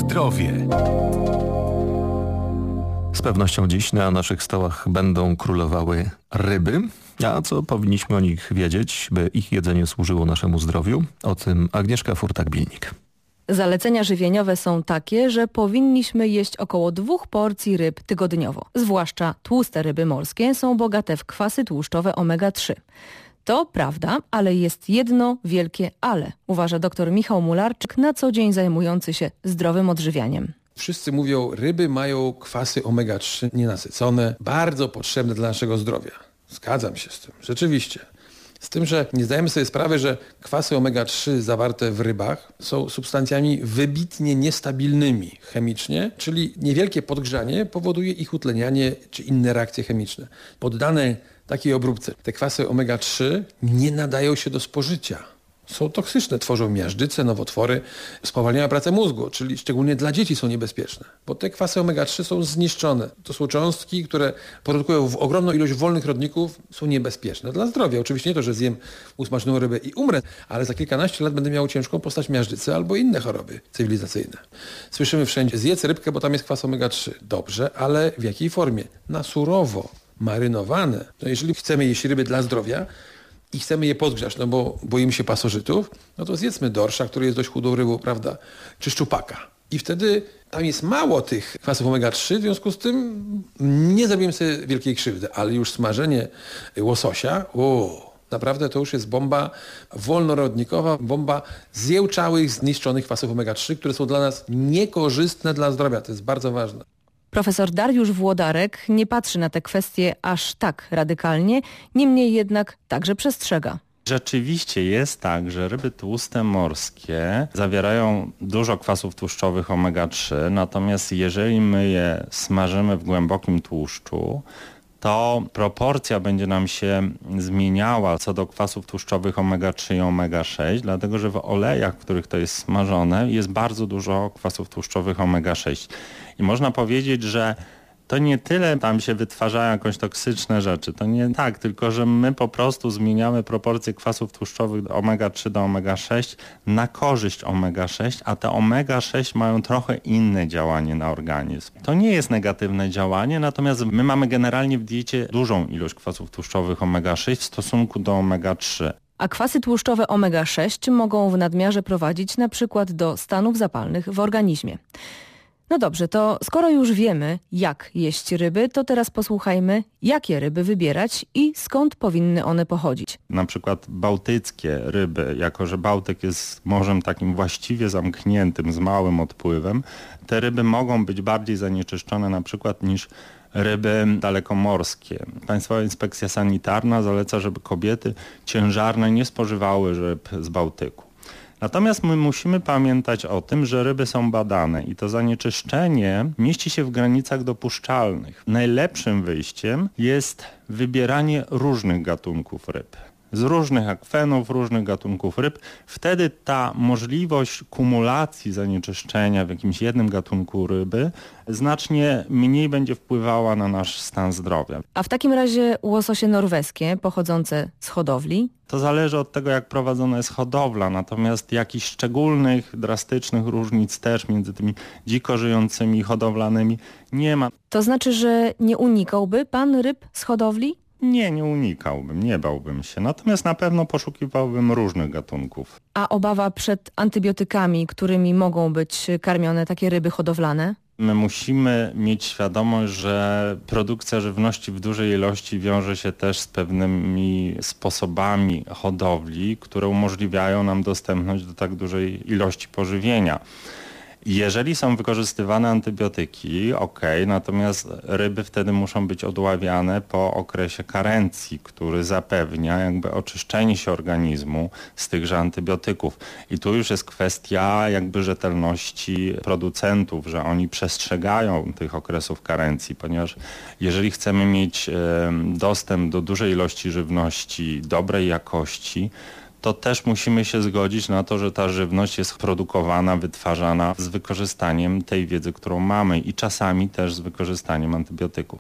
Zdrowie. Z pewnością dziś na naszych stołach będą królowały ryby. A co powinniśmy o nich wiedzieć, by ich jedzenie służyło naszemu zdrowiu? O tym Agnieszka Furtak-Bilnik. Zalecenia żywieniowe są takie, że powinniśmy jeść około 2 porcji ryb tygodniowo. Zwłaszcza tłuste ryby morskie są bogate w kwasy tłuszczowe omega-3. To prawda, ale jest jedno wielkie ale, uważa dr Michał Mularczyk, na co dzień zajmujący się zdrowym odżywianiem. Wszyscy mówią, ryby mają kwasy omega-3 nienasycone, bardzo potrzebne dla naszego zdrowia. Zgadzam się z tym, rzeczywiście. Z tym, że nie zdajemy sobie sprawy, że kwasy omega-3 zawarte w rybach są substancjami wybitnie niestabilnymi chemicznie, czyli niewielkie podgrzanie powoduje ich utlenianie czy inne reakcje chemiczne. Poddane takiej obróbce te kwasy omega-3 nie nadają się do spożycia. Są toksyczne, tworzą miażdżycę, nowotwory, spowalniają pracę mózgu, czyli szczególnie dla dzieci są niebezpieczne, bo te kwasy omega-3 są zniszczone. To są cząstki, które produkują ogromną ilość wolnych rodników, są niebezpieczne dla zdrowia. Oczywiście nie to, że zjem usmażoną rybę i umrę, ale za kilkanaście lat będę miał ciężką postać miażdżycy albo inne choroby cywilizacyjne. Słyszymy wszędzie, zjedz rybkę, bo tam jest kwas omega-3. Dobrze, ale w jakiej formie? Na surowo, marynowane. No jeżeli chcemy jeść ryby dla zdrowia, i chcemy je podgrzać, no bo boimy się pasożytów, no to zjedzmy dorsza, który jest dość chudą rybą, prawda, czy szczupaka. I wtedy tam jest mało tych kwasów omega-3, w związku z tym nie zrobimy sobie wielkiej krzywdy, ale już smażenie łososia, naprawdę to już jest bomba wolnorodnikowa, bomba zjełczałych, zniszczonych kwasów omega-3, które są dla nas niekorzystne dla zdrowia. To jest bardzo ważne. Profesor Dariusz Włodarek nie patrzy na te kwestie aż tak radykalnie, niemniej jednak także przestrzega. Rzeczywiście jest tak, że ryby tłuste morskie zawierają dużo kwasów tłuszczowych omega-3, natomiast jeżeli my je smażymy w głębokim tłuszczu, to proporcja będzie nam się zmieniała co do kwasów tłuszczowych omega-3 i omega-6, dlatego że w olejach, w których to jest smażone, jest bardzo dużo kwasów tłuszczowych omega-6. I można powiedzieć, że to nie tyle tam się wytwarzają jakieś toksyczne rzeczy, to nie tak, tylko że my po prostu zmieniamy proporcje kwasów tłuszczowych omega-3 do omega-6 na korzyść omega-6, a te omega-6 mają trochę inne działanie na organizm. To nie jest negatywne działanie, natomiast my mamy generalnie w diecie dużą ilość kwasów tłuszczowych omega-6 w stosunku do omega-3. A kwasy tłuszczowe omega-6 mogą w nadmiarze prowadzić na przykład do stanów zapalnych w organizmie. No dobrze, to skoro już wiemy, jak jeść ryby, to teraz posłuchajmy, jakie ryby wybierać i skąd powinny one pochodzić. Na przykład bałtyckie ryby, jako że Bałtyk jest morzem takim właściwie zamkniętym, z małym odpływem, te ryby mogą być bardziej zanieczyszczone na przykład niż ryby dalekomorskie. Państwowa Inspekcja Sanitarna zaleca, żeby kobiety ciężarne nie spożywały ryb z Bałtyku. Natomiast my musimy pamiętać o tym, że ryby są badane i to zanieczyszczenie mieści się w granicach dopuszczalnych. Najlepszym wyjściem jest wybieranie różnych gatunków ryb. Z różnych akwenów, różnych gatunków ryb. Wtedy ta możliwość kumulacji zanieczyszczenia w jakimś jednym gatunku ryby znacznie mniej będzie wpływała na nasz stan zdrowia. A w takim razie łososie norweskie pochodzące z hodowli? To zależy od tego, jak prowadzona jest hodowla, natomiast jakichś szczególnych, drastycznych różnic też między tymi dziko żyjącymi i hodowlanymi nie ma. To znaczy, że nie unikałby pan ryb z hodowli? Nie unikałbym, nie bałbym się. Natomiast na pewno poszukiwałbym różnych gatunków. A obawa przed antybiotykami, którymi mogą być karmione takie ryby hodowlane? My musimy mieć świadomość, że produkcja żywności w dużej ilości wiąże się też z pewnymi sposobami hodowli, które umożliwiają nam dostępność do tak dużej ilości pożywienia. Jeżeli są wykorzystywane antybiotyki, natomiast ryby wtedy muszą być odławiane po okresie karencji, który zapewnia jakby oczyszczenie się organizmu z tychże antybiotyków. I tu już jest kwestia jakby rzetelności producentów, że oni przestrzegają tych okresów karencji, ponieważ jeżeli chcemy mieć dostęp do dużej ilości żywności dobrej jakości, to też musimy się zgodzić na to, że ta żywność jest produkowana, wytwarzana z wykorzystaniem tej wiedzy, którą mamy i czasami też z wykorzystaniem antybiotyków.